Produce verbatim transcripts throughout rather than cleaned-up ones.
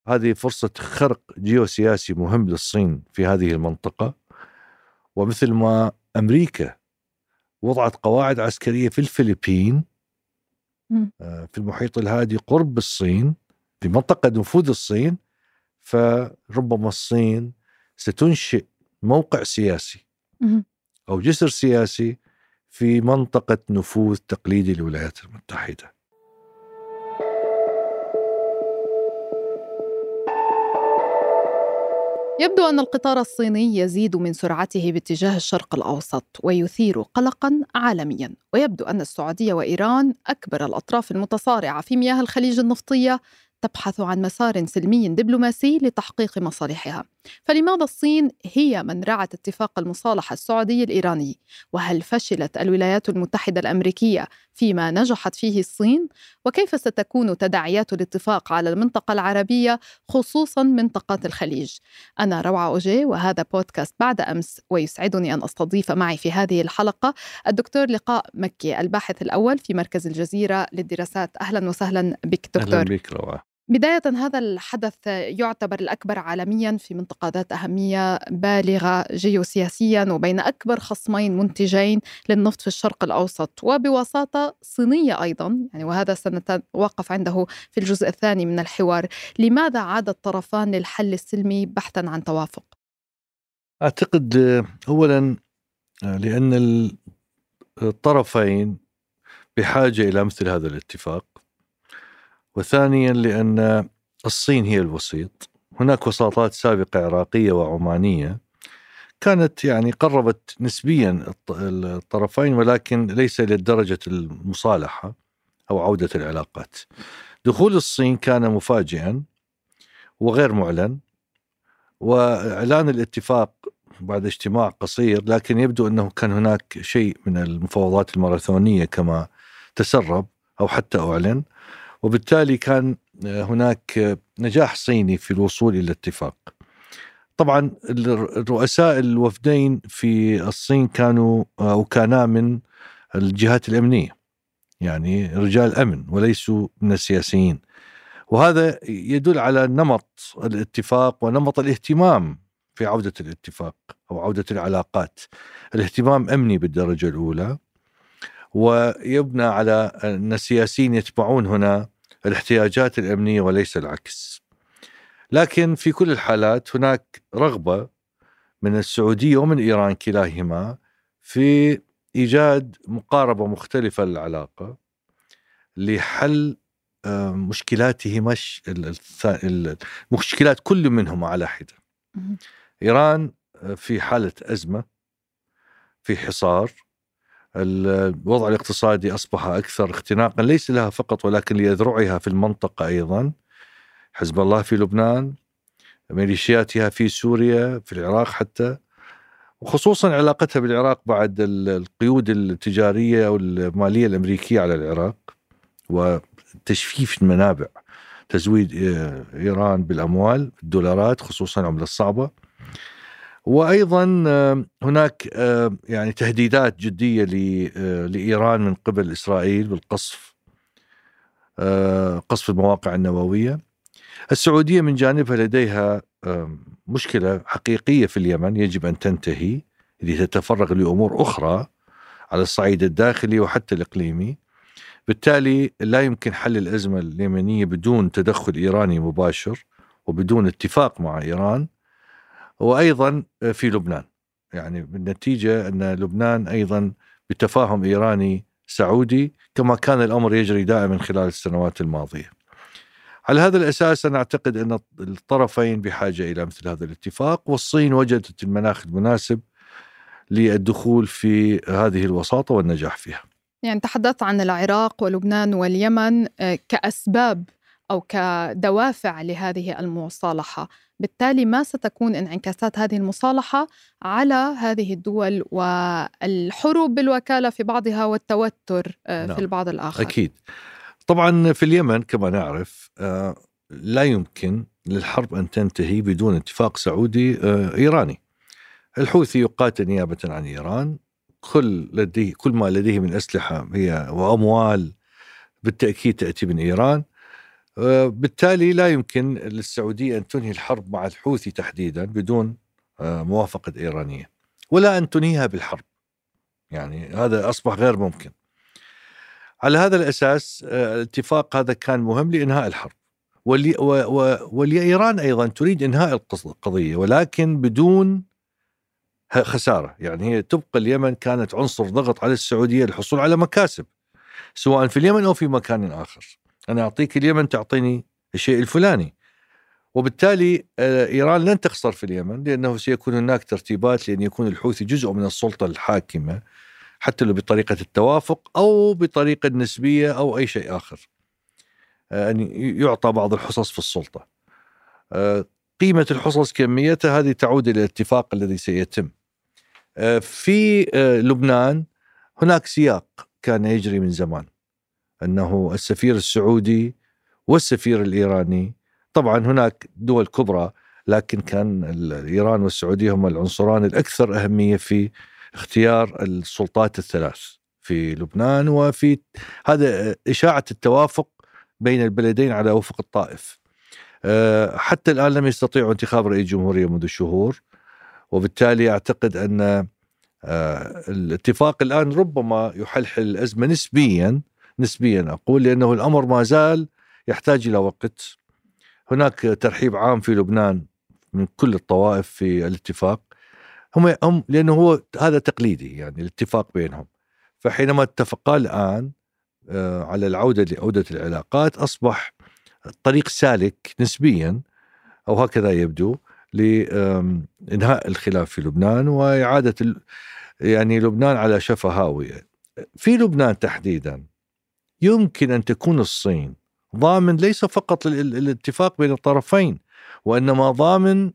هذه فرصة خرق جيوسياسي مهم للصين في هذه المنطقة. ومثل ما أمريكا وضعت قواعد عسكرية في الفلبين في المحيط الهادي قرب الصين في منطقة نفوذ الصين، فربما الصين ستنشئ موقع سياسي أو جسر سياسي في منطقة نفوذ تقليدي للولايات المتحدة. يبدو أن القطار الصيني يزيد من سرعته باتجاه الشرق الأوسط ويثير قلقاً عالمياً، ويبدو أن السعودية وإيران أكبر الأطراف المتصارعة في مياه الخليج النفطية تبحث عن مسار سلمي دبلوماسي لتحقيق مصالحها. فلماذا الصين هي من رعت اتفاق المصالحة السعودي الإيراني؟ وهل فشلت الولايات المتحدة الأمريكية فيما نجحت فيه الصين؟ وكيف ستكون تداعيات الاتفاق على المنطقة العربية خصوصاً منطقة الخليج؟ أنا روعة أوجي وهذا بودكاست بعد أمس، ويسعدني أن أستضيف معي في هذه الحلقة الدكتور لقاء مكي الباحث الأول في مركز الجزيرة للدراسات. أهلا وسهلا بك دكتور. أهلا بك روعة. بداية، هذا الحدث يعتبر الأكبر عالميا في منطقة ذات أهمية بالغة جيوسياسيا وبين أكبر خصمين منتجين للنفط في الشرق الأوسط، وبوساطة صينية أيضا، يعني وهذا سنتوقف عنده في الجزء الثاني من الحوار. لماذا عاد الطرفان للحل السلمي بحثا عن توافق؟ أعتقد أولا لأن الطرفين بحاجة إلى مثل هذا الاتفاق، وثانيا لأن الصين هي الوسيط. هناك وساطات سابقة عراقية وعمانية كانت يعني قربت نسبيا الطرفين، ولكن ليس لدرجة المصالحة أو عودة العلاقات. دخول الصين كان مفاجئا وغير معلن، وإعلان الاتفاق بعد اجتماع قصير، لكن يبدو أنه كان هناك شيء من المفاوضات الماراثونية كما تسرب أو حتى أعلن، وبالتالي كان هناك نجاح صيني في الوصول إلى الاتفاق. طبعا الرؤساء الوفدين في الصين كانوا أو كانا من الجهات الأمنية، يعني رجال أمن وليسوا من السياسيين، وهذا يدل على نمط الاتفاق ونمط الاهتمام في عودة الاتفاق أو عودة العلاقات. الاهتمام أمني بالدرجة الأولى، ويبنى على أن السياسيين يتبعون هنا الاحتياجات الأمنية وليس العكس. لكن في كل الحالات هناك رغبة من السعودية ومن إيران كلاهما في إيجاد مقاربة مختلفة للعلاقة لحل مشكلاتهما المشكلات كل منهم على حدة. إيران في حالة أزمة، في حصار، الوضع الاقتصادي أصبح أكثر اختناقا ليس لها فقط ولكن لأذرعها في المنطقة أيضا، حزب الله في لبنان، ميليشياتها في سوريا، في العراق حتى، وخصوصا علاقتها بالعراق بعد القيود التجارية والمالية الأمريكية على العراق وتجفيف المنابع، تزويد إيران بالأموال الدولارات خصوصا عملة الصعبة. وأيضا هناك يعني تهديدات جدية لإيران من قبل إسرائيل بالقصف، قصف المواقع النووية. السعودية من جانبها لديها مشكلة حقيقية في اليمن يجب أن تنتهي، لتتفرغ لأمور أخرى على الصعيد الداخلي وحتى الإقليمي. بالتالي لا يمكن حل الأزمة اليمنية بدون تدخل إيراني مباشر وبدون اتفاق مع إيران. وأيضا في لبنان، يعني بالنتيجة أن لبنان أيضا بتفاهم إيراني سعودي كما كان الأمر يجري دائما خلال السنوات الماضية. على هذا الأساس أنا أعتقد أن الطرفين بحاجة إلى مثل هذا الاتفاق، والصين وجدت المناخ المناسب للدخول في هذه الوساطة والنجاح فيها. يعني تحدثت عن العراق ولبنان واليمن كأسباب أو كدوافع لهذه المصالحة، بالتالي ما ستكون انعكاسات هذه المصالحة على هذه الدول والحروب بالوكالة في بعضها والتوتر نعم. في البعض الآخر؟ أكيد. طبعا في اليمن كما نعرف لا يمكن للحرب أن تنتهي بدون اتفاق سعودي إيراني. الحوثي يقاتل نيابة عن إيران، كل لديه كل ما لديه من أسلحة هي وأموال بالتأكيد تأتي من إيران. بالتالي لا يمكن للسعودية أن تنهي الحرب مع الحوثي تحديدا بدون موافقة إيرانية، ولا أن تنهيها بالحرب، يعني هذا أصبح غير ممكن. على هذا الأساس الاتفاق هذا كان مهم لإنهاء الحرب، والإيران أيضا تريد إنهاء القضية ولكن بدون خسارة. يعني هي تبقى اليمن كانت عنصر ضغط على السعودية للحصول على مكاسب سواء في اليمن أو في مكان آخر. أنا أعطيك اليمن تعطيني الشيء الفلاني، وبالتالي إيران لن تخسر في اليمن لأنه سيكون هناك ترتيبات لأن يكون الحوثي جزء من السلطة الحاكمة حتى لو بطريقة التوافق أو بطريقة نسبية أو أي شيء آخر، أن يعطى بعض الحصص في السلطة. قيمة الحصص كميتها هذه تعود إلى الاتفاق الذي سيتم. في لبنان هناك سياق كان يجري من زمان، أنه السفير السعودي والسفير الإيراني، طبعا هناك دول كبرى لكن كان إيران والسعودية هم العنصران الأكثر أهمية في اختيار السلطات الثلاث في لبنان، وفي هذا إشاعة التوافق بين البلدين على أفق الطائف. حتى الآن لم يستطيعوا انتخاب رئيس جمهورية منذ شهور، وبالتالي أعتقد أن الاتفاق الآن ربما يحلحل الأزمة نسبيا نسبيا أقول، لأنه الأمر ما زال يحتاج إلى وقت. هناك ترحيب عام في لبنان من كل الطوائف في الاتفاق، هم هم لأنه هو هذا تقليدي يعني الاتفاق بينهم. فحينما اتفقا الآن على العودة لعودة العلاقات أصبح الطريق سالك نسبيا، أو هكذا يبدو، لإنهاء الخلاف في لبنان وإعادة يعني لبنان على شفا هاوية. في لبنان تحديدا يمكن أن تكون الصين ضامن ليس فقط للاتفاق بين الطرفين، وإنما ضامن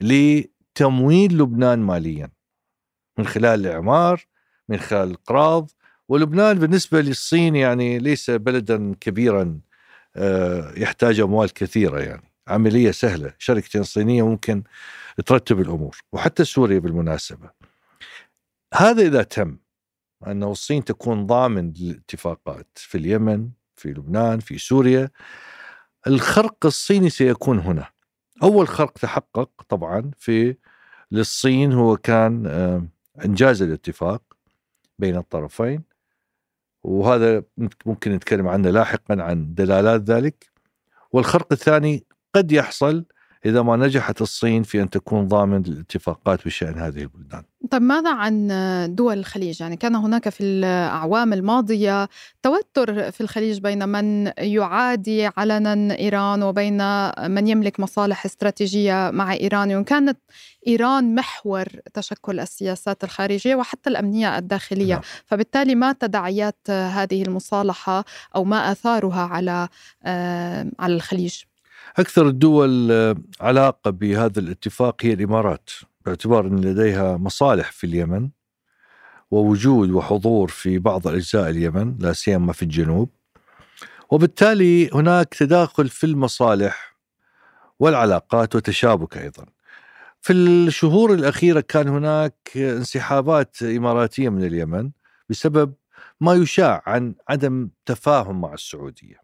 لتمويل لبنان ماليا من خلال الإعمار، من خلال القراض. ولبنان بالنسبة للصين يعني ليس بلدا كبيرا يحتاج أموال كثيرة، يعني عملية سهلة، شركتين صينية ممكن ترتب الأمور، وحتى سوريا بالمناسبة. هذا إذا تم أنه الصين تكون ضامن للاتفاقات في اليمن، في لبنان، في سوريا، الخرق الصيني سيكون هنا. أول خرق تحقق طبعا في للصين هو كان إنجاز الاتفاق بين الطرفين، وهذا ممكن نتكلم عنه لاحقا عن دلالات ذلك. والخرق الثاني قد يحصل إذا ما نجحت الصين في أن تكون ضامن للاتفاقات بشأن هذه البلدان. طيب ماذا عن دول الخليج؟ يعني كان هناك في الأعوام الماضية توتر في الخليج بين من يعادي علنا إيران وبين من يملك مصالح استراتيجية مع إيران، وكانت إيران محور تشكل السياسات الخارجية وحتى الأمنية الداخلية. نعم. فبالتالي ما تداعيات هذه المصالحة أو ما آثارها على على الخليج؟ أكثر الدول علاقة بهذا الاتفاق هي الإمارات، باعتبار أن لديها مصالح في اليمن ووجود وحضور في بعض أجزاء اليمن لا سيما في الجنوب، وبالتالي هناك تداخل في المصالح والعلاقات وتشابك أيضا. في الشهور الأخيرة كان هناك انسحابات إماراتية من اليمن بسبب ما يشاع عن عدم تفاهم مع السعودية.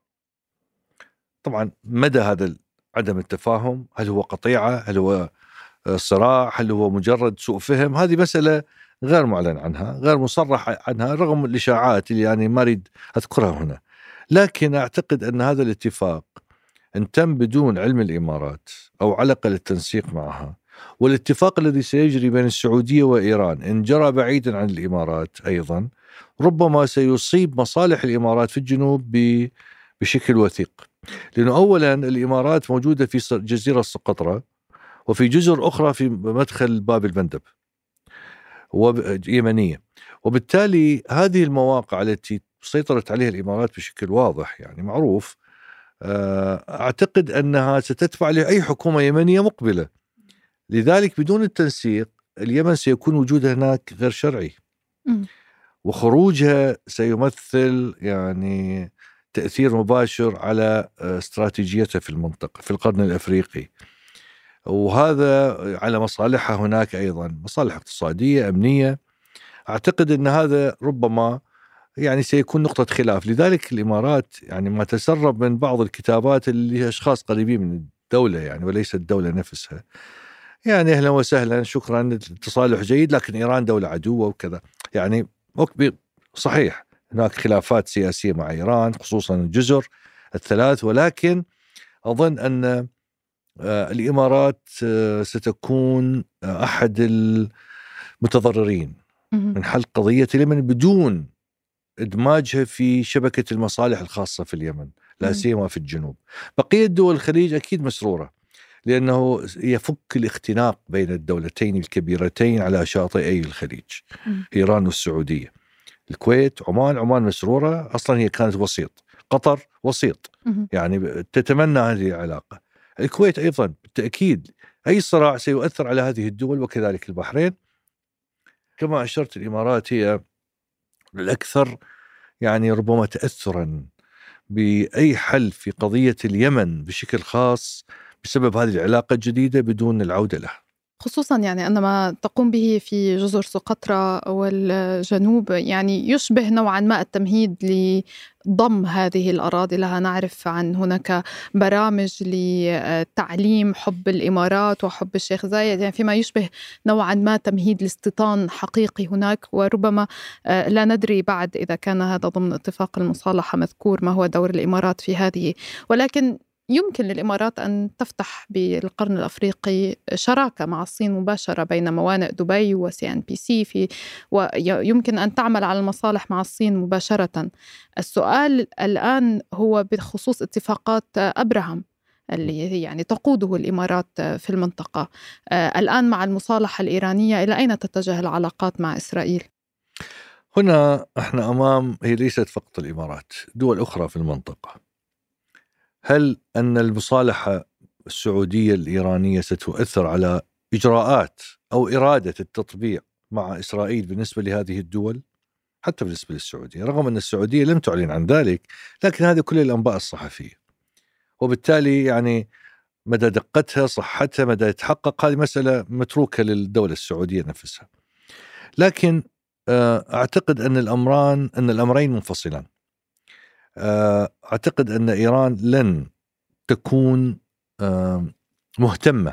طبعا مدى هذا عدم التفاهم، هل هو قطيعة، هل هو صراع، هل هو مجرد سوء فهم، هذه مسألة غير معلن عنها، غير مصرح عنها، رغم الإشاعات اللي يعني ما أريد أذكرها هنا. لكن أعتقد أن هذا الاتفاق إن تم بدون علم الإمارات أو على الأقل التنسيق معها، والاتفاق الذي سيجري بين السعودية وإيران إن جرى بعيدا عن الإمارات أيضا، ربما سيصيب مصالح الإمارات في الجنوب بشكل وثيق. لأنه أولا الإمارات موجودة في جزيرة سقطرى وفي جزر أخرى في مدخل باب المندب ويمنية، وبالتالي هذه المواقع التي سيطرت عليها الإمارات بشكل واضح يعني معروف، أعتقد أنها ستدفع لأي حكومة يمنية مقبلة. لذلك بدون التنسيق اليمن سيكون وجودها هناك غير شرعي، وخروجها سيمثل يعني تأثير مباشر على استراتيجيتها في المنطقة في القرن الأفريقي، وهذا على مصالحها هناك أيضا، مصالح اقتصادية أمنية. أعتقد أن هذا ربما يعني سيكون نقطة خلاف. لذلك الإمارات يعني ما تسرب من بعض الكتابات اللي أشخاص قريبين من الدولة يعني وليس الدولة نفسها، يعني أهلا وسهلا شكرا تصالح جيد، لكن إيران دولة عدوة وكذا. يعني صحيح هناك خلافات سياسية مع إيران خصوصا الجزر الثلاث، ولكن أظن أن الإمارات ستكون أحد المتضررين من حل قضية اليمن بدون إدماجها في شبكة المصالح الخاصة في اليمن، لا سيما في الجنوب. بقية دول الخليج أكيد مسرورة، لأنه يفك الاختناق بين الدولتين الكبيرتين على شاطئي الخليج، إيران والسعودية. الكويت، عمان، عمان مسرورة أصلا، هي كانت وسيط. قطر وسيط، يعني تتمنى هذه العلاقة. الكويت أيضا بالتأكيد أي صراع سيؤثر على هذه الدول، وكذلك البحرين. كما أشرت الإمارات هي الأكثر يعني ربما تأثرا بأي حل في قضية اليمن بشكل خاص بسبب هذه العلاقة الجديدة بدون العودة لها، خصوصا يعني أن ما تقوم به في جزر سقطرى والجنوب يعني يشبه نوعا ما التمهيد لضم هذه الأراضي لها. نعرف عن هناك برامج لتعليم حب الإمارات وحب الشيخ زايد، يعني فيما يشبه نوعا ما تمهيد لاستيطان حقيقي هناك. وربما لا ندري بعد إذا كان هذا ضمن اتفاق المصالحة مذكور ما هو دور الإمارات في هذه، ولكن يمكن للإمارات أن تفتح بالقرن الأفريقي شراكة مع الصين مباشرة بين موانئ دبي وسي أن بي سي في، ويمكن أن تعمل على المصالح مع الصين مباشرة. السؤال الآن هو بخصوص اتفاقات أبراهام اللي يعني تقوده الإمارات في المنطقة. الآن مع المصالحة الإيرانية إلى أين تتجه العلاقات مع إسرائيل؟ هنا احنا أمام، هي ليست فقط الإمارات، دول أخرى في المنطقة. هل أن المصالحة السعودية الإيرانية ستؤثر على إجراءات أو إرادة التطبيع مع إسرائيل بالنسبة لهذه الدول؟ حتى بالنسبة للسعودية، رغم أن السعودية لم تعلن عن ذلك، لكن هذه كل الأنباء الصحفية، وبالتالي يعني مدى دقتها، صحتها، مدى يتحقق، هذه مسألة متروكة للدولة السعودية نفسها. لكن أعتقد أن الأمران أن الأمرين منفصلان. أعتقد أن إيران لن تكون مهتمة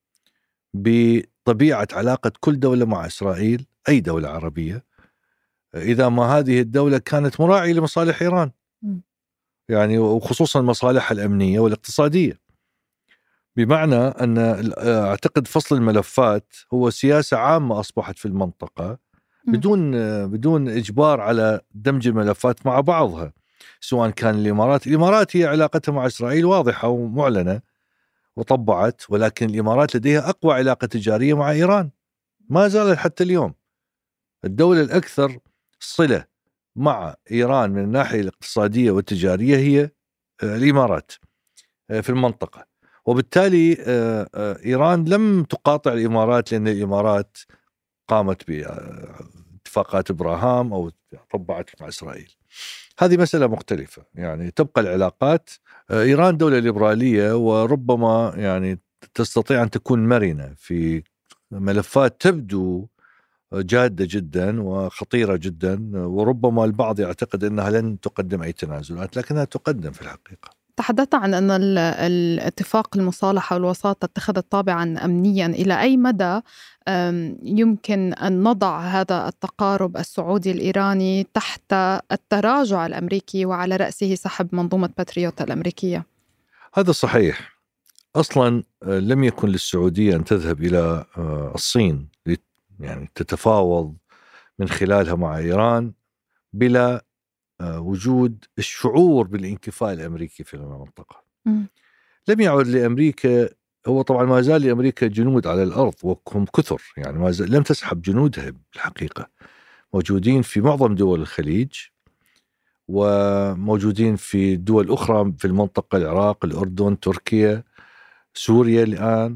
بطبيعة علاقة كل دولة مع إسرائيل، أي دولة عربية، إذا ما هذه الدولة كانت مراعية لمصالح إيران، يعني وخصوصا المصالح الأمنية والاقتصادية. بمعنى أن أعتقد فصل الملفات هو سياسة عامة أصبحت في المنطقة بدون بدون إجبار على دمج الملفات مع بعضها، سواء كان الإمارات الإمارات هي علاقتها مع إسرائيل واضحة ومعلنة وطبعت، ولكن الإمارات لديها أقوى علاقة تجارية مع إيران ما زالت حتى اليوم. الدولة الأكثر صلة مع إيران من الناحية الاقتصادية والتجارية هي الإمارات في المنطقة، وبالتالي إيران لم تقاطع الإمارات لأن الإمارات قامت باتفاقات إبراهام أو طبعت مع إسرائيل. هذه مسألة مختلفة، يعني تبقى العلاقات. إيران دولة ليبرالية وربما يعني تستطيع أن تكون مرنة في ملفات تبدو جادة جدا وخطيرة جدا، وربما البعض يعتقد أنها لن تقدم أي تنازلات، لكنها تقدم في الحقيقة. تحدثت عن أن الاتفاق المصالحة والوساطة اتخذت طابعا أمنيا. إلى أي مدى يمكن أن نضع هذا التقارب السعودي الإيراني تحت التراجع الأمريكي وعلى رأسه سحب منظومة باتريوت الأمريكية؟ هذا صحيح. أصلا لم يكن للسعودية أن تذهب إلى الصين يعني تتفاوض من خلالها مع إيران بلا وجود الشعور بالانكفاء الأمريكي في المنطقة. م. لم يعد لأمريكا، هو طبعا ما زال لأمريكا جنود على الأرض وهم كثر، يعني ما زال لم تسحب جنودها بالحقيقة، موجودين في معظم دول الخليج وموجودين في دول أخرى في المنطقة، العراق، الأردن، تركيا، سوريا الآن.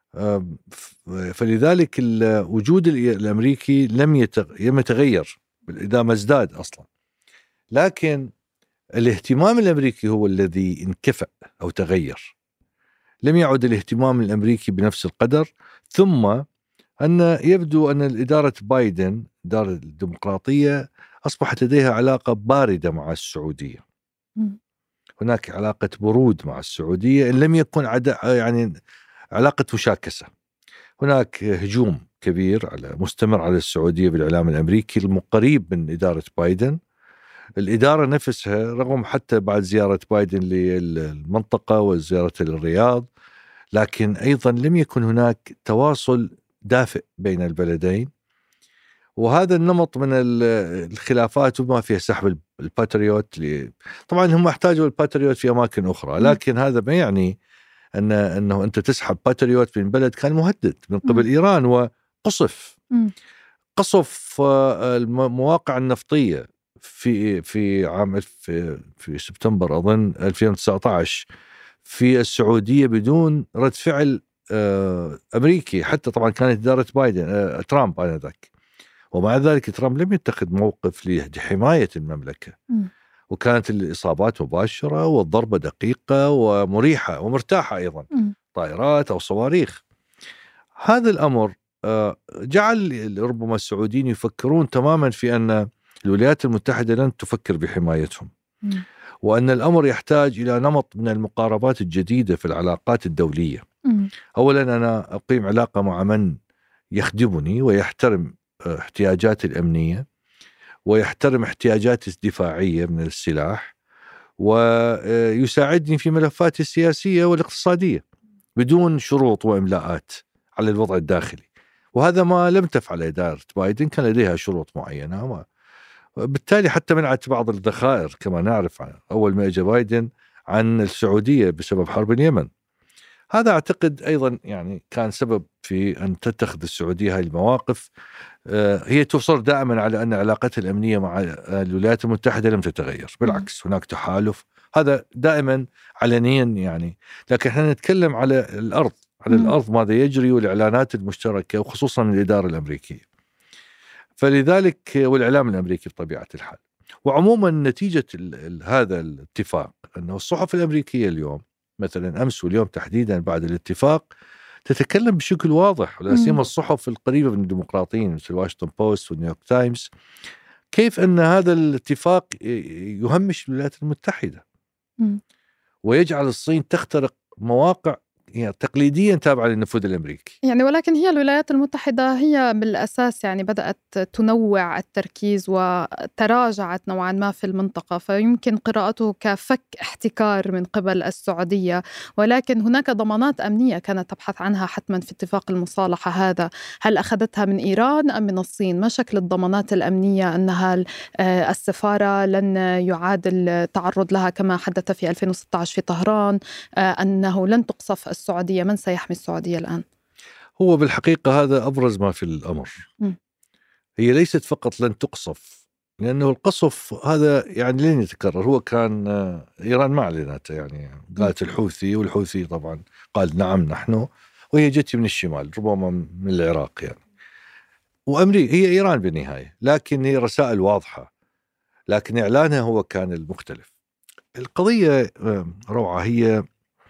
فلذلك الوجود الأمريكي لم يتغير، إذا ما ازداد أصلا. لكن الاهتمام الأمريكي هو الذي انكفأ أو تغير، لم يعد الاهتمام الأمريكي بنفس القدر. ثم أن يبدو أن الإدارة بايدن، إدارة الديمقراطية، أصبحت لديها علاقة باردة مع السعودية. م. هناك علاقة برود مع السعودية إن لم يكن عدا يعني علاقة مشاكسة. هناك هجوم كبير على مستمر على السعودية بالإعلام الأمريكي القريب من إدارة بايدن. الإدارة نفسها رغم حتى بعد زيارة بايدن للمنطقة وزيارة للرياض، لكن أيضا لم يكن هناك تواصل دافئ بين البلدين. وهذا النمط من الخلافات وما فيها سحب الباتريوت، طبعا هم احتاجوا الباتريوت في أماكن أخرى، لكن هذا ما يعني أن أنه أنت تسحب باتريوت من بلد كان مهدد من قبل م. إيران. وقصف م. قصف المواقع النفطية في في عام في, في سبتمبر أظن ألفين وتسعة عشر في السعودية بدون رد فعل أمريكي، حتى طبعا كانت إدارة بايدن ترامب آنذاك، ومع ذلك ترامب لم يتخذ موقف لحماية المملكة. م. وكانت الإصابات مباشرة والضربة دقيقة ومريحة ومرتاحة أيضا، م. طائرات أو صواريخ. هذا الأمر جعل ربما السعوديين يفكرون تماما في أن الولايات المتحدة لن تفكر بحمايتهم، م. وأن الأمر يحتاج إلى نمط من المقاربات الجديدة في العلاقات الدولية. م. أولا أنا أقيم علاقة مع من يخدمني ويحترم احتياجاتي الأمنية ويحترم احتياجاتي الدفاعية من السلاح ويساعدني في ملفاتي السياسية والاقتصادية بدون شروط وإملاءات على الوضع الداخلي. وهذا ما لم تفعل إدارة بايدن، كان لديها شروط معينة، وبالتالي حتى منعت بعض الذخائر كما نعرف أول ما جاء بايدن عن السعودية بسبب حرب اليمن. هذا أعتقد أيضا يعني كان سبب في أن تتخذ السعودية هذه المواقف. هي تصر دائما على أن علاقتها الأمنية مع الولايات المتحدة لم تتغير، بالعكس هناك تحالف، هذا دائما علنيا يعني. لكن احنا نتكلم على الأرض، على الأرض ماذا يجري والإعلانات المشتركة وخصوصا من الإدارة الأمريكية. فلذلك والإعلام الأمريكي بطبيعة الحال. وعموما نتيجة هذا الاتفاق أنه الصحف الأمريكية اليوم مثلا أمس واليوم تحديدا بعد الاتفاق تتكلم بشكل واضح، ولا سيما الصحف القريبة من الديمقراطيين مثل واشنطن بوست والنيويورك تايمز، كيف أن هذا الاتفاق يهمش الولايات المتحدة م. ويجعل الصين تخترق مواقع يعني تقليديا تابعة للنفوذ الأمريكي. يعني ولكن هي الولايات المتحدة هي بالأساس يعني بدأت تنوع التركيز وتراجعت نوعا ما في المنطقة، فيمكن قراءته كفك احتكار من قبل السعودية، ولكن هناك ضمانات أمنية كانت تبحث عنها حتما في اتفاق المصالحة هذا. هل أخذتها من إيران أم من الصين؟ ما شكل الضمانات الأمنية أنها السفارة لن يعاد التعرض لها كما حدث في ألفين وستة عشر في طهران، أنه لن تقصف السعودية؟ من سيحمي السعودية الآن؟ هو بالحقيقة هذا أبرز ما في الأمر. م. هي ليست فقط لن تقصف، لأنه القصف هذا يعني لن يتكرر. هو كان إيران ما أعلنته، يعني قالت الحوثي، والحوثي طبعا قال نعم نحن، وهي جت من الشمال ربما من العراق يعني، وأمريكا هي إيران بالنهاية، لكن هي رسائل واضحة، لكن إعلانها هو كان المختلف. القضية روعة هي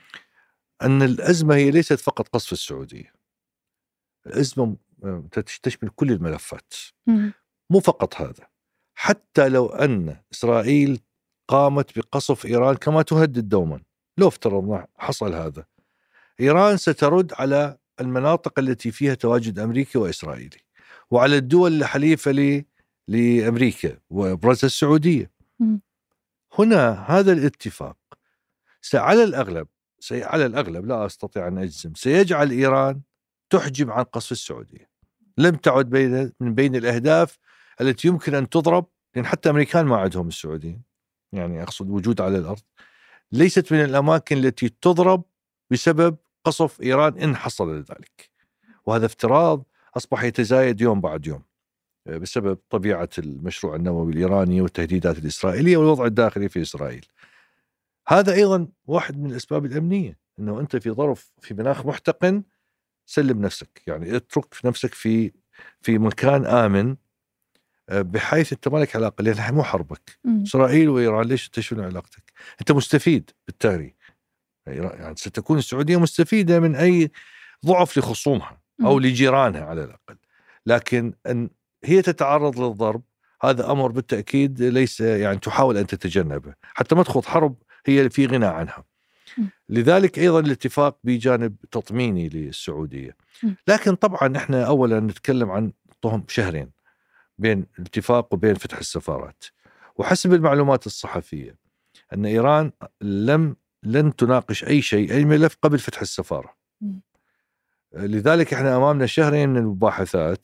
أن الأزمة هي ليست فقط قصف السعودية، الأزمة تشمل كل الملفات، مو فقط هذا. حتى لو أن إسرائيل قامت بقصف إيران كما تهدد دوما، لو افترضنا حصل هذا، إيران سترد على المناطق التي فيها تواجد أمريكي وإسرائيلي وعلى الدول الحليفة لي لأمريكا وبرزها السعودية. م. هنا هذا الاتفاق على الأغلب سي على الأغلب لا أستطيع أن أجزم سيجعل إيران تحجم عن قصف السعودية. لم تعد بين من بين الأهداف التي يمكن أن تضرب، لأن حتى أمريكان ما عندهم السعوديين، يعني أقصد وجود على الأرض، ليست من الأماكن التي تضرب بسبب قصف إيران إن حصل ذلك. وهذا افتراض أصبح يتزايد يوم بعد يوم بسبب طبيعة المشروع النووي الإيراني والتهديدات الإسرائيلية والوضع الداخلي في إسرائيل. هذا أيضا واحد من الأسباب الأمنية، أنه أنت في ظرف في مناخ محتقن سلم نفسك، يعني اترك نفسك في في مكان آمن بحيث أنت ما لك علاقة، لأن مو حربك. م. إسرائيل وإيران ليش تشون علاقتك؟ أنت مستفيد بالتالي، يعني ستكون السعودية مستفيدة من أي ضعف لخصومها أو م. لجيرانها على الأقل، لكن أن هي تتعرض للضرب هذا أمر بالتأكيد ليس يعني تحاول أن تتجنبه حتى ما تخوض حرب هي في غنى عنها. لذلك أيضا الاتفاق بجانب تطميني للسعودية. لكن طبعا إحنا أولا نتكلم عن طهم شهرين بين الاتفاق وبين فتح السفارات، وحسب المعلومات الصحفية أن إيران لم لن تناقش أي شيء أي ملف قبل فتح السفارة. لذلك إحنا أمامنا شهرين من المباحثات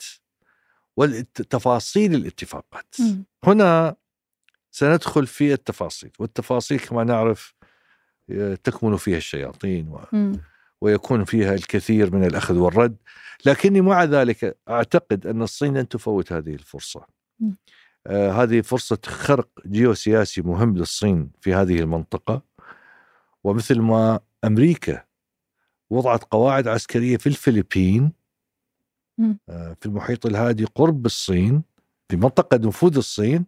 والتفاصيل الاتفاقات. م. هنا سندخل في التفاصيل، والتفاصيل كما نعرف تكمن فيها الشياطين و... ويكون فيها الكثير من الأخذ والرد. لكني مع ذلك أعتقد أن الصين لن تفوت هذه الفرصة. آه هذه فرصة خرق جيوسياسي مهم للصين في هذه المنطقة، ومثل ما أمريكا وضعت قواعد عسكرية في الفلبين آه في المحيط الهادي قرب الصين في منطقة نفوذ الصين،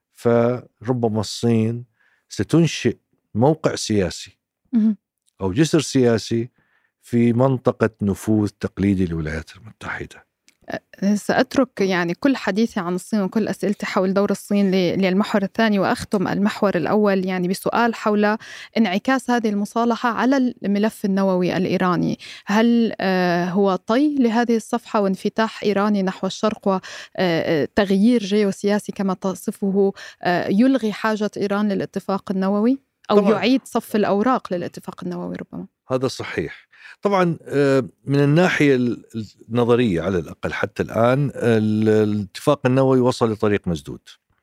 فربما الصين ستنشئ موقع سياسي أو جسر سياسي في منطقة نفوذ تقليدي للولايات المتحدة. سأترك يعني كل حديثي عن الصين وكل أسئلتي حول دور الصين للمحور الثاني، وأختم المحور الأول يعني بسؤال حول انعكاس هذه المصالحة على الملف النووي الإيراني. هل هو طي لهذه الصفحة وانفتاح إيراني نحو الشرق وتغيير جيوسياسي كما تصفه يلغي حاجة إيران للاتفاق النووي أو طبعاً يعيد صف الأوراق للاتفاق النووي؟ ربما هذا صحيح. طبعا من الناحية النظرية على الأقل حتى الآن الاتفاق النووي وصل لطريق مسدود،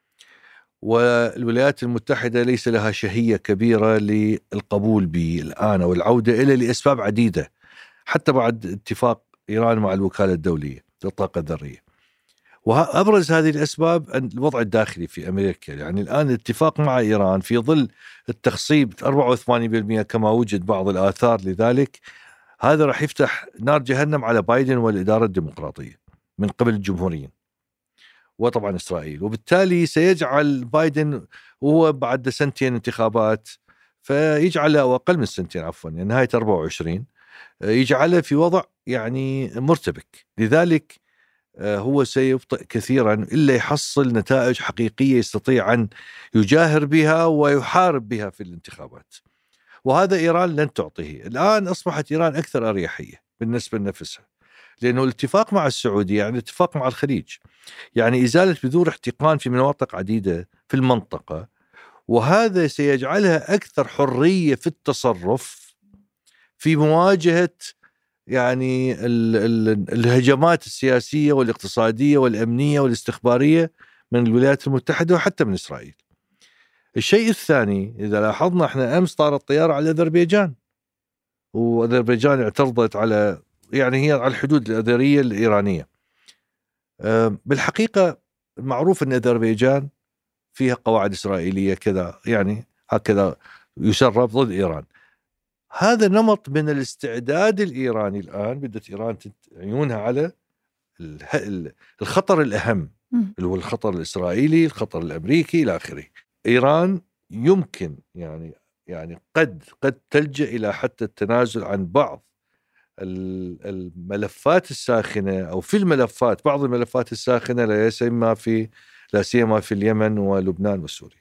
والولايات المتحدة ليس لها شهية كبيرة للقبول به الآن أو العودة إلى لأسباب عديدة، حتى بعد اتفاق إيران مع الوكالة الدولية للطاقة الذرية. وأبرز هذه الأسباب الوضع الداخلي في أمريكا. يعني الآن الاتفاق مع إيران في ظل التخصيب أربعة وثمانين بالمئة كما وجد بعض الآثار لذلك، هذا راح يفتح نار جهنم على بايدن والإدارة الديمقراطية من قبل الجمهوريين وطبعا إسرائيل، وبالتالي سيجعل بايدن وهو بعد سنتين انتخابات، فيجعله أو أقل من سنتين عفوا يعني نهاية أربعة وعشرين يجعله في وضع يعني مرتبك. لذلك هو سيبطئ كثيرا إلا يحصل نتائج حقيقية يستطيع أن يجاهر بها ويحارب بها في الانتخابات، وهذا إيران لن تعطيه. الآن أصبحت إيران أكثر أريحية بالنسبة لنفسها، لأنه الاتفاق مع السعودية يعني اتفاق مع الخليج، يعني إزالة بذور احتقان في مناطق عديدة في المنطقة، وهذا سيجعلها أكثر حرية في التصرف في مواجهة يعني ال ال الهجمات السياسية والاقتصادية والأمنية والاستخبارية من الولايات المتحدة وحتى من إسرائيل. الشيء الثاني، إذا لاحظنا إحنا أمس طارت طيارة على أذربيجان، وأذربيجان اعترضت على يعني هي على الحدود الأذرية الإيرانية. بالحقيقة المعروف أن أذربيجان فيها قواعد إسرائيلية كذا يعني هكذا يسرب ضد إيران. هذا نمط من الاستعداد الإيراني الآن، بدأت إيران عيونها على الخطر الأهم اللي هو الخطر الإسرائيلي، الخطر الأمريكي إلى آخره. إيران يمكن يعني يعني قد قد تلجأ إلى حتى التنازل عن بعض الملفات الساخنة أو في الملفات بعض الملفات الساخنة لا سيما في لا سيما في اليمن ولبنان وسوريا.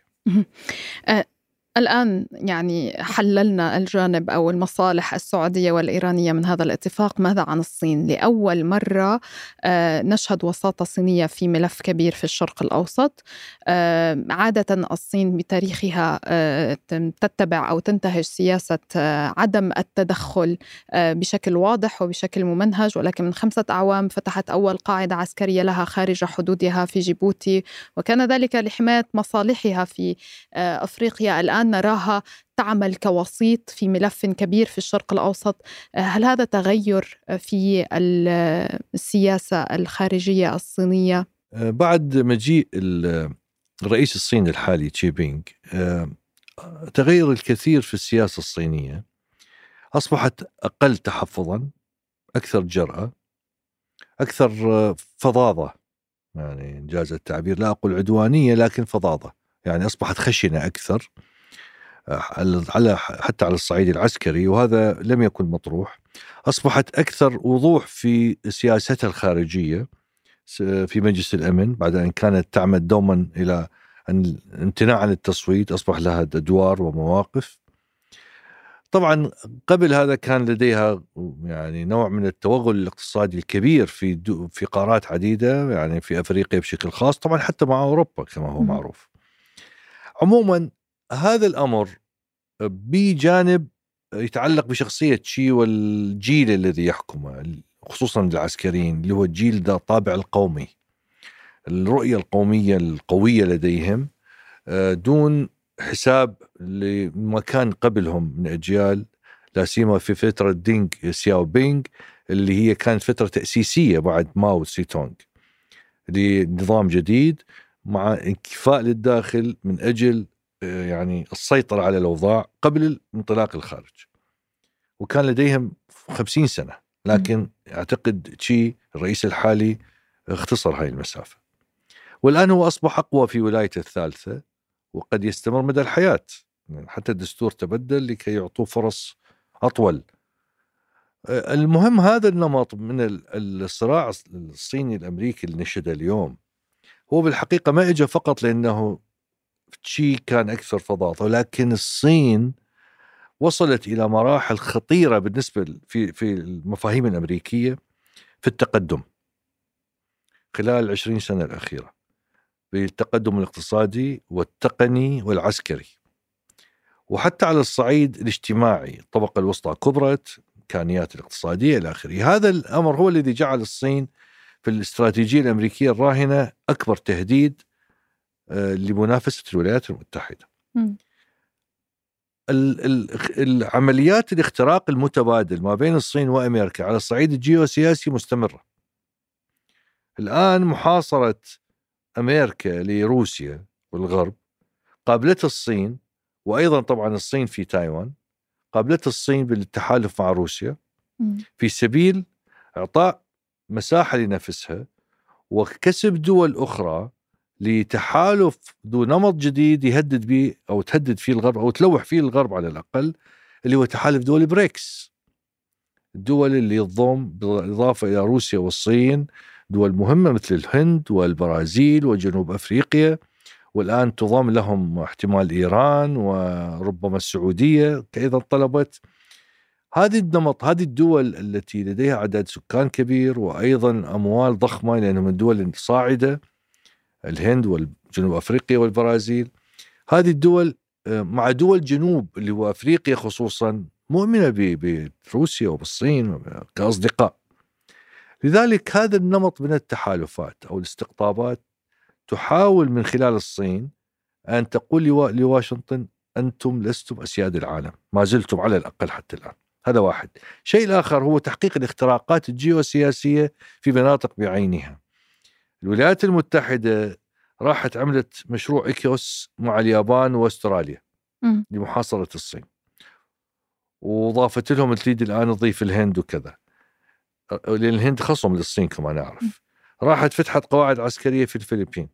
الآن يعني حللنا الجانب أو المصالح السعودية والإيرانية من هذا الاتفاق. ماذا عن الصين؟ لأول مرة نشهد وساطة صينية في ملف كبير في الشرق الأوسط. عادة الصين بتاريخها تتبع أو تنتهج سياسة عدم التدخل بشكل واضح وبشكل ممنهج، ولكن من خمسة أعوام فتحت أول قاعدة عسكرية لها خارج حدودها في جيبوتي، وكان ذلك لحماية مصالحها في أفريقيا. الآن نراها تعمل كوسيط في ملف كبير في الشرق الأوسط. هل هذا تغير في السياسة الخارجية الصينية؟ بعد مجيء الرئيس الصيني الحالي تشي بينغ تغير الكثير في السياسة الصينية، أصبحت أقل تحفظا، أكثر جرأة، أكثر فظاظة، يعني إنجاز التعبير، لا أقول عدوانية لكن فظاظة، يعني أصبحت خشنة أكثر على حتى على الصعيد العسكري، وهذا لم يكن مطروح. أصبحت أكثر وضوح في سياستها الخارجية، في مجلس الأمن بعد أن كانت تعمد دوما إلى الامتناع عن التصويت، أصبح لها أدوار ومواقف. طبعا قبل هذا كان لديها يعني نوع من التوغل الاقتصادي الكبير في في قارات عديدة، يعني في أفريقيا بشكل خاص، طبعا حتى مع أوروبا كما هو معروف. عموما هذا الأمر بجانب يتعلق بشخصية شي والجيل الذي يحكمه، خصوصا العسكريين، اللي هو الجيل ذا طابع القومي، الرؤية القومية القوية لديهم دون حساب لما كان قبلهم من أجيال، لا سيما في فترة دينغ سياو بينغ اللي هي كانت فترة تأسيسية بعد ماو سي تونغ لنظام جديد مع انكفاء للداخل من أجل يعني السيطرة على الأوضاع قبل الانطلاق الخارج. وكان لديهم خمسين سنة، لكن أعتقد شي الرئيس الحالي اختصر هاي المسافة، والآن هو أصبح أقوى في ولايته الثالثة وقد يستمر مدى الحياة، يعني حتى الدستور تبدل لكي يعطوه فرص أطول. المهم هذا النمط من الصراع الصيني الأمريكي اللي نشهده اليوم هو بالحقيقة ما إجا فقط لأنه شيء كان أكثر فظاظة، ولكن الصين وصلت إلى مراحل خطيرة بالنسبة في في المفاهيم الأمريكية في التقدم خلال العشرين سنة الأخيرة، بالتقدم الاقتصادي والتقني والعسكري، وحتى على الصعيد الاجتماعي الطبقة الوسطى كبرت، إمكانيات الاقتصادية إلى آخره. هذا الأمر هو الذي جعل الصين في الاستراتيجية الأمريكية الراهنة أكبر تهديد لمنافسة الولايات المتحدة. م. العمليات الاختراق المتبادل ما بين الصين وأمريكا على الصعيد الجيوسياسي مستمرة. الآن محاصرة أمريكا لروسيا والغرب قابلت الصين، وأيضا طبعا الصين في تايوان قابلت الصين بالتحالف مع روسيا في سبيل إعطاء مساحة لنفسها وكسب دول أخرى لتحالف ذو نمط جديد يهدد به أو تهدد فيه الغرب أو تلوح فيه الغرب على الأقل، اللي هو تحالف دول بريكس، الدول اللي تضم بالإضافة إلى روسيا والصين دول مهمة مثل الهند والبرازيل وجنوب أفريقيا، والآن تضم لهم احتمال إيران وربما السعودية أيضا طلبت. هذه النمط هذه الدول التي لديها عدد سكان كبير وأيضا أموال ضخمة لأنها من دول صاعدة، الهند وجنوب أفريقيا والبرازيل، هذه الدول مع دول جنوب اللي هو أفريقيا خصوصا مؤمنة بروسيا وبالصين كأصدقاء. لذلك هذا النمط من التحالفات أو الاستقطابات تحاول من خلال الصين أن تقول لواشنطن أنتم لستم أسياد العالم، ما زلتم على الأقل حتى الآن. هذا واحد. شيء الآخر هو تحقيق الاختراقات الجيوسياسية في مناطق بعينها. الولايات المتحدة راحت عملت مشروع إيكوس مع اليابان واستراليا م. لمحاصرة الصين، وضافت لهم تريد الآن تضيف الهند وكذا، لأن الهند خصم للصين كما نعرف. م. راحت فتحت قواعد عسكرية في الفلبين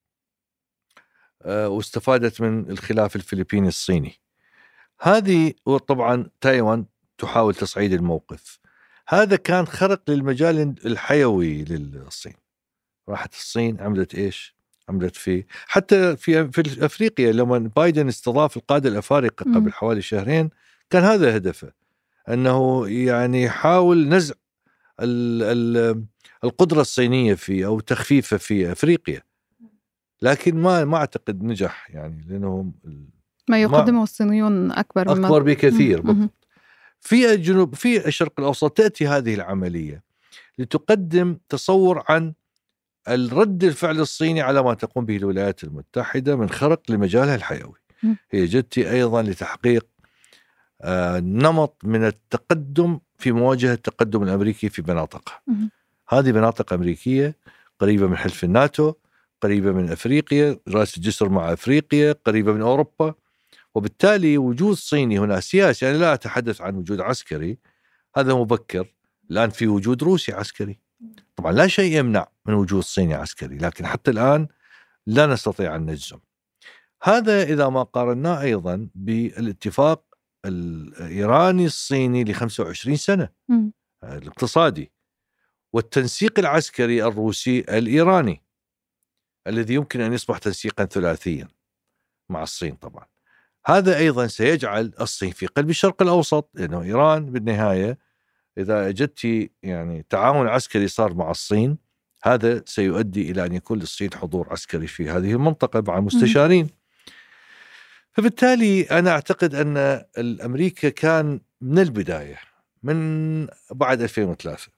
أه واستفادت من الخلاف الفلبيني الصيني. هذه وطبعا تايوان تحاول تصعيد الموقف. هذا كان خرق للمجال الحيوي للصين. راحت الصين عملت إيش؟ عملت فيه حتى في في أفريقيا لما بايدن استضاف القادة الأفارقة قبل حوالي شهرين، كان هذا هدفه، أنه يعني يحاول نزع ال ال القدرة الصينية في أو تخفيفه في أفريقيا، لكن ما ما أعتقد نجح، يعني لأنهم ما يقدمه الصينيون أكبر مما أكبر بكثير. بالضبط. في الجنوب في الشرق الأوسط تأتي هذه العملية لتقدم تصور عن الرد الفعل الصيني على ما تقوم به الولايات المتحدة من خرق لمجالها الحيوي. م. هي جدتي أيضا لتحقيق آه نمط من التقدم في مواجهة التقدم الأمريكي في مناطقها. م. هذه مناطق أمريكية قريبة من حلف الناتو، قريبة من أفريقيا، رأس الجسر مع أفريقيا، قريبة من أوروبا، وبالتالي وجود صيني هنا سياسي. يعني لا أتحدث عن وجود عسكري، هذا مبكر. الآن في وجود روسي عسكري، طبعا لا شيء يمنع من وجود صيني عسكري، لكن حتى الآن لا نستطيع أن نجزم. هذا إذا ما قارناه أيضا بالاتفاق الإيراني الصيني ل خمسة وعشرين سنة م. الاقتصادي، والتنسيق العسكري الروسي الإيراني الذي يمكن أن يصبح تنسيقا ثلاثيا مع الصين. طبعا هذا أيضا سيجعل الصين في قلب الشرق الأوسط، لأنه إيران بالنهاية إذا أجدت يعني تعاون عسكري صار مع الصين، هذا سيؤدي إلى أن يكون للصين حضور عسكري في هذه المنطقة مع مستشارين. فبالتالي أنا أعتقد أن الأمريكا كان من البداية، من بعد ألفين وثلاثة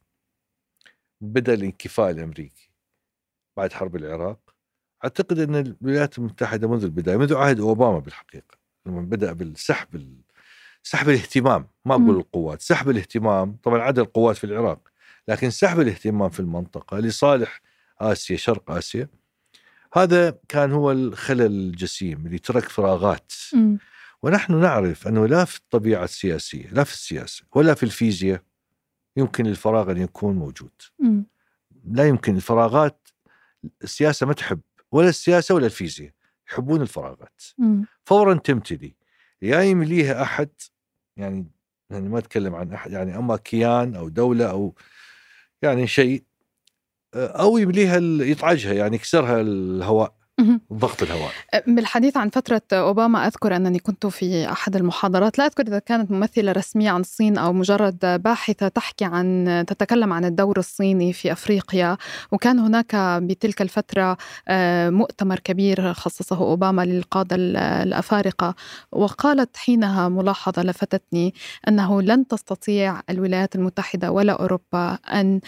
بدأ الانكفاء الأمريكي بعد حرب العراق. أعتقد أن الولايات المتحدة منذ البداية، منذ عهد أوباما بالحقيقة، لما بدأ بالسحب سحب الاهتمام، ما أقول القوات، سحب الاهتمام، طبعا عدد القوات في العراق، لكن سحب الاهتمام في المنطقة لصالح آسيا، شرق آسيا، هذا كان هو الخلل الجسيم اللي ترك فراغات. م. ونحن نعرف أنه لا في الطبيعة السياسية، لا في السياسة ولا في الفيزياء يمكن الفراغ أن يكون موجود. م. لا يمكن الفراغات، السياسة ما تحب، ولا السياسة ولا الفيزياء يحبون الفراغات. م. فورا تمتلي، يا يمليها أحد، يعني يعني ما أتكلم عن أحد، يعني أما كيان أو دولة أو يعني شيء، أو يمليها يطعجها، يعني يكسرها الهواء، ضغط الهواء. بالحديث عن فترة أوباما أذكر أنني كنت في أحد المحاضرات، لا أذكر إذا كانت ممثلة رسمية عن الصين أو مجرد باحثة تحكي عن تتكلم عن الدور الصيني في أفريقيا، وكان هناك بتلك الفترة مؤتمر كبير خصصه أوباما للقادة الأفارقة، وقالت حينها ملاحظة لفتتني أنه لن تستطيع الولايات المتحدة ولا أوروبا أن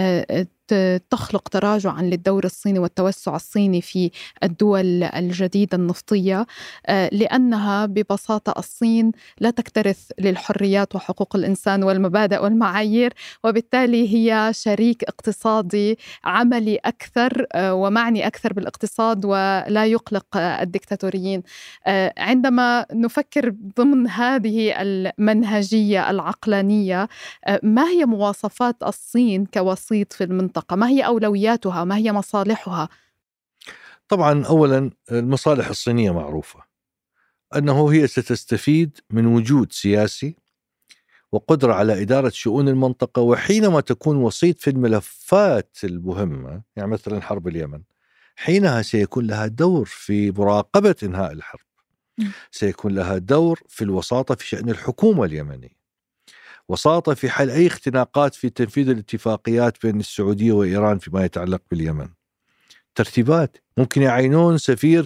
تخلق تراجعا للدور الصيني والتوسع الصيني في الدول الجديدة النفطية، لأنها ببساطة الصين لا تكترث للحريات وحقوق الإنسان والمبادئ والمعايير، وبالتالي هي شريك اقتصادي عملي أكثر ومعني أكثر بالاقتصاد ولا يقلق الدكتاتوريين. عندما نفكر ضمن هذه المنهجية العقلانية، ما هي مواصفات الصين كوسيط في المنطقة؟ ما هي أولوياتها؟ ما هي مصالحها؟ طبعا أولا المصالح الصينية معروفة، أنه هي ستستفيد من وجود سياسي وقدرة على إدارة شؤون المنطقة، وحينما تكون وسيط في الملفات المهمة، يعني مثلا حرب اليمن، حينها سيكون لها دور في مراقبة إنهاء الحرب، سيكون لها دور في الوساطة في شأن الحكومة اليمنية، وساطة في حل أي اختناقات في تنفيذ الاتفاقيات بين السعودية وإيران فيما يتعلق باليمن، ترتيبات، ممكن يعينون سفير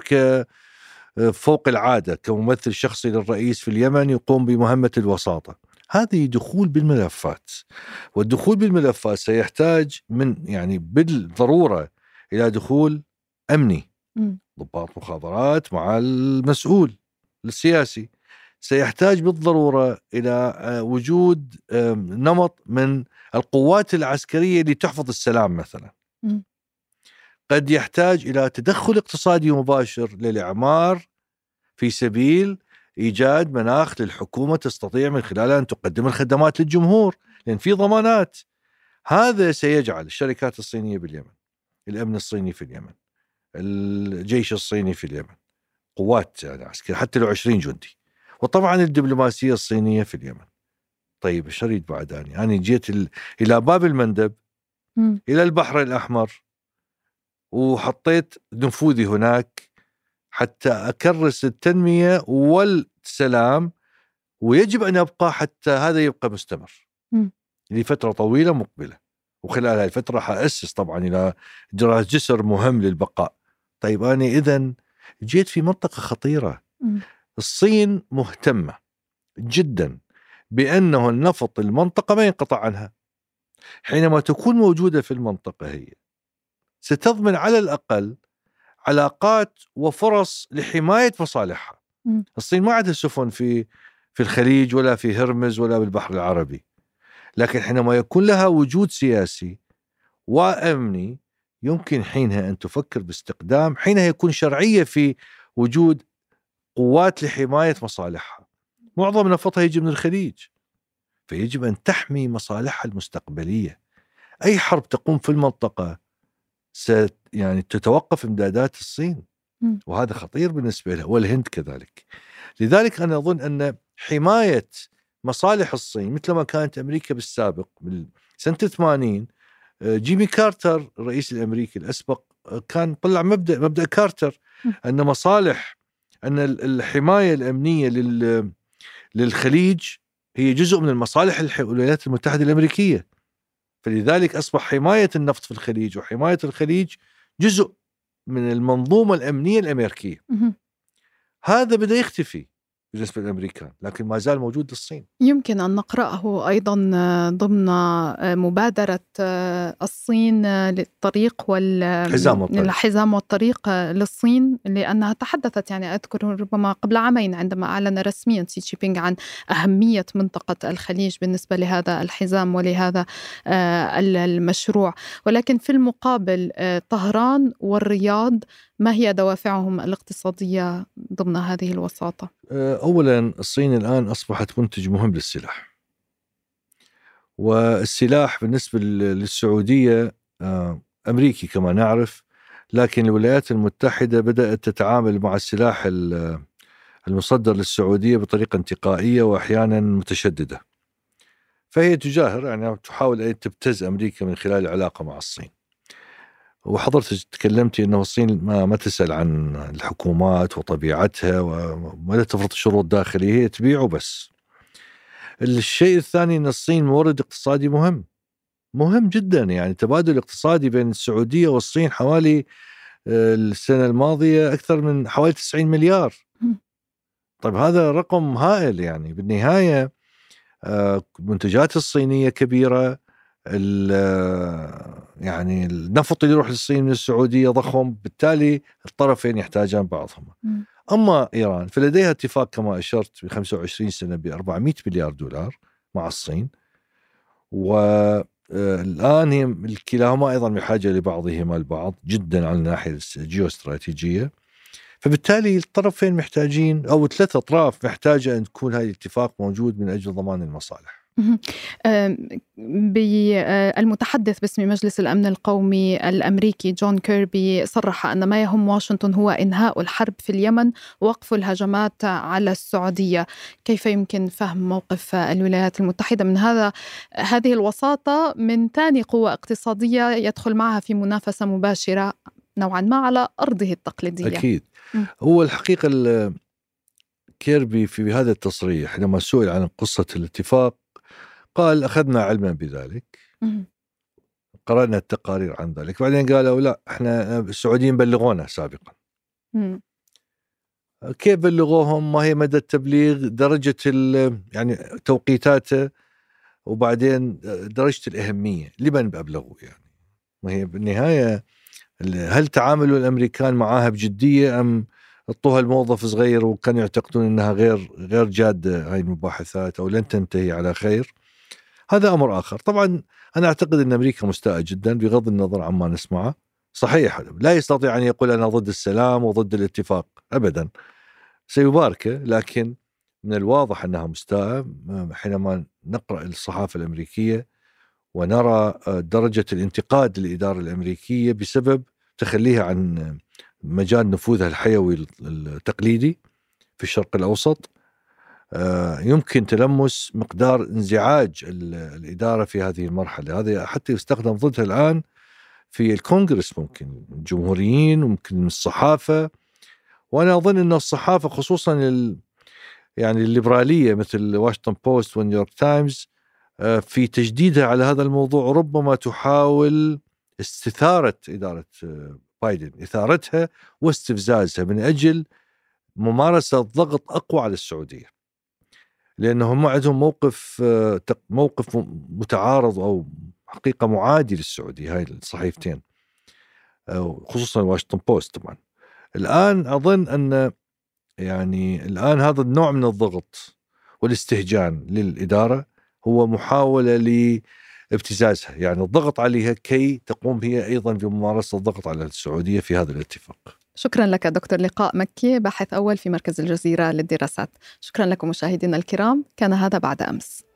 كفوق العادة كممثل شخصي للرئيس في اليمن يقوم بمهمة الوساطة. هذه دخول بالملفات، والدخول بالملفات سيحتاج من يعني بالضرورة إلى دخول أمني، ضباط مخابرات مع المسؤول السياسي، سيحتاج بالضرورة إلى وجود نمط من القوات العسكرية اللي تحفظ السلام مثلا. م. قد يحتاج إلى تدخل اقتصادي مباشر للإعمار في سبيل إيجاد مناخ للحكومة تستطيع من خلالها أن تقدم الخدمات للجمهور، لأن في ضمانات. هذا سيجعل الشركات الصينية باليمن، الأمن الصيني في اليمن، الجيش الصيني في اليمن، قوات يعني عسكرية حتى لو عشرين جندي، وطبعا الدبلوماسية الصينية في اليمن. طيب الشريط بعداني أنا جيت ال... إلى باب المندب، م. إلى البحر الأحمر، وحطيت نفوذي هناك حتى أكرس التنمية والسلام، ويجب أن يبقى حتى هذا يبقى مستمر م. لفترة طويلة مقبلة، وخلال هذه الفترة حأسس طبعا إلى جسر مهم للبقاء. طيب أنا إذن جيت في منطقة خطيرة. م. الصين مهتمة جدا بأنه النفط المنطقة ما ينقطع عنها. حينما تكون موجودة في المنطقة هي ستضمن على الأقل علاقات وفرص لحماية مصالحها. م. الصين ما عندها سفن في في الخليج ولا في هرمز ولا بالبحر العربي، لكن حينما يكون لها وجود سياسي وأمني يمكن حينها أن تفكر باستقدام، حينها يكون شرعية في وجود قوات لحماية مصالحها. معظم نفطها يجي من الخليج، فيجب أن تحمي مصالحها المستقبلية. أي حرب تقوم في المنطقة ست يعني تتوقف إمدادات الصين، م. وهذا خطير بالنسبة لها، والهند كذلك. لذلك أنا أظن أن حماية مصالح الصين مثل ما كانت أمريكا بالسابق، بالسنة ثمانين جيمي كارتر الرئيس الأمريكي الأسبق كان طلع مبدأ مبدأ كارتر أن مصالح أن الحماية الأمنية لل للخليج هي جزء من المصالح الولايات المتحدة الأمريكية، فلذلك أصبح حماية النفط في الخليج وحماية الخليج جزء من المنظومة الأمنية الأمريكية. هذا بدأ يختفي بالنسبة للأمريكان، لكن ما زال موجود للصين. يمكن أن نقرأه أيضا ضمن مبادرة الصين للطريق والحزام والطريق للصين، لأنها تحدثت، يعني أذكر ربما قبل عامين عندما أعلن رسميا سي جي بينغ عن أهمية منطقة الخليج بالنسبة لهذا الحزام ولهذا المشروع. ولكن في المقابل طهران والرياض ما هي دوافعهم الاقتصادية ضمن هذه الوساطة؟ أولا الصين الآن أصبحت منتج مهم للسلاح، والسلاح بالنسبة للسعودية أمريكي كما نعرف، لكن الولايات المتحدة بدأت تتعامل مع السلاح المصدر للسعودية بطريقة انتقائية وأحيانا متشددة، فهي تجاهر، يعني تحاول أن تبتز أمريكا من خلال العلاقة مع الصين. وحضرتك تكلمتي أنه الصين ما, ما تسأل عن الحكومات وطبيعتها ولا تفرض شروط داخلية، هي تبيع وبس. الشيء الثاني أن الصين مورد اقتصادي مهم مهم جدا، يعني تبادل اقتصادي بين السعودية والصين حوالي السنة الماضية أكثر من حوالي تسعين مليار. طيب هذا رقم هائل، يعني بالنهاية المنتجات الصينية كبيرة، يعني النفط اللي يروح للصين من السعودية ضخم، بالتالي الطرفين يحتاجان بعضهما. أما إيران فلديها اتفاق كما أشرت بخمسة وعشرين سنة بأربعمائة مليار دولار مع الصين، والآن هي كلاهما أيضا بحاجة لبعضهما البعض جدا على الناحية الجيوستراتيجية، فبالتالي الطرفين محتاجين، أو ثلاثة أطراف محتاجة أن تكون هذا الاتفاق موجود من أجل ضمان المصالح. بالمتحدث باسم مجلس الأمن القومي الأمريكي جون كيربي صرح أن ما يهم واشنطن هو إنهاء الحرب في اليمن ووقف الهجمات على السعودية. كيف يمكن فهم موقف الولايات المتحدة من هذا هذه الوساطة من ثاني قوة اقتصادية يدخل معها في منافسة مباشرة نوعا ما على أرضه التقليدية؟ أكيد. م. هو الحقيقة كيربي في هذا التصريح لما سئل عن قصة الاتفاق قال أخذنا علما بذلك، قرأنا التقارير عن ذلك، بعدين قالوا لا احنا السعوديين بلغونا سابقا. مم. كيف بلغوهم؟ ما هي مدى التبليغ، درجة يعني توقيتاته، وبعدين درجة الأهمية لمن بأبلغوا، يعني ما هي بالنهاية هل تعاملوا الأمريكان معها بجدية أم اعطوها الموظف صغير وكانوا يعتقدون أنها غير غير جادة هاي المباحثات أو لن تنتهي على خير؟ هذا أمر آخر. طبعا أنا أعتقد أن أمريكا مستاءة جدا بغض النظر عما نسمعه. صحيح لا يستطيع أن يقول أنا ضد السلام وضد الاتفاق أبدا، سيباركه، لكن من الواضح أنها مستاءة حينما نقرأ الصحافة الأمريكية ونرى درجة الانتقاد للإدارة الأمريكية بسبب تخليها عن مجال نفوذها الحيوي التقليدي في الشرق الأوسط. يمكن تلمس مقدار انزعاج الإدارة في هذه المرحلة، هذا حتى يستخدم ضدها الآن في الكونغرس، ممكن الجمهوريين وممكن الصحافة. وأنا أظن أن الصحافة خصوصا ال يعني الليبرالية مثل واشنطن بوست ونيويورك تايمز في تجديدها على هذا الموضوع ربما تحاول استثارة إدارة بايدن، إثارتها واستفزازها من أجل ممارسة ضغط أقوى على السعودية، لأنهم عندهم موقف موقف متعارض أو حقيقة معادي للسعودية، هاي الصحيفتين خصوصا واشنطن بوست. طبعا الآن أظن أن يعني الآن هذا النوع من الضغط والاستهجان للإدارة هو محاولة لابتزازها، يعني الضغط عليها كي تقوم هي أيضا بممارسة الضغط على السعودية في هذا الاتفاق. شكرا لك دكتور لقاء مكي، باحث أول في مركز الجزيرة للدراسات. شكرا لكم مشاهدينا الكرام، كان هذا بعد أمس.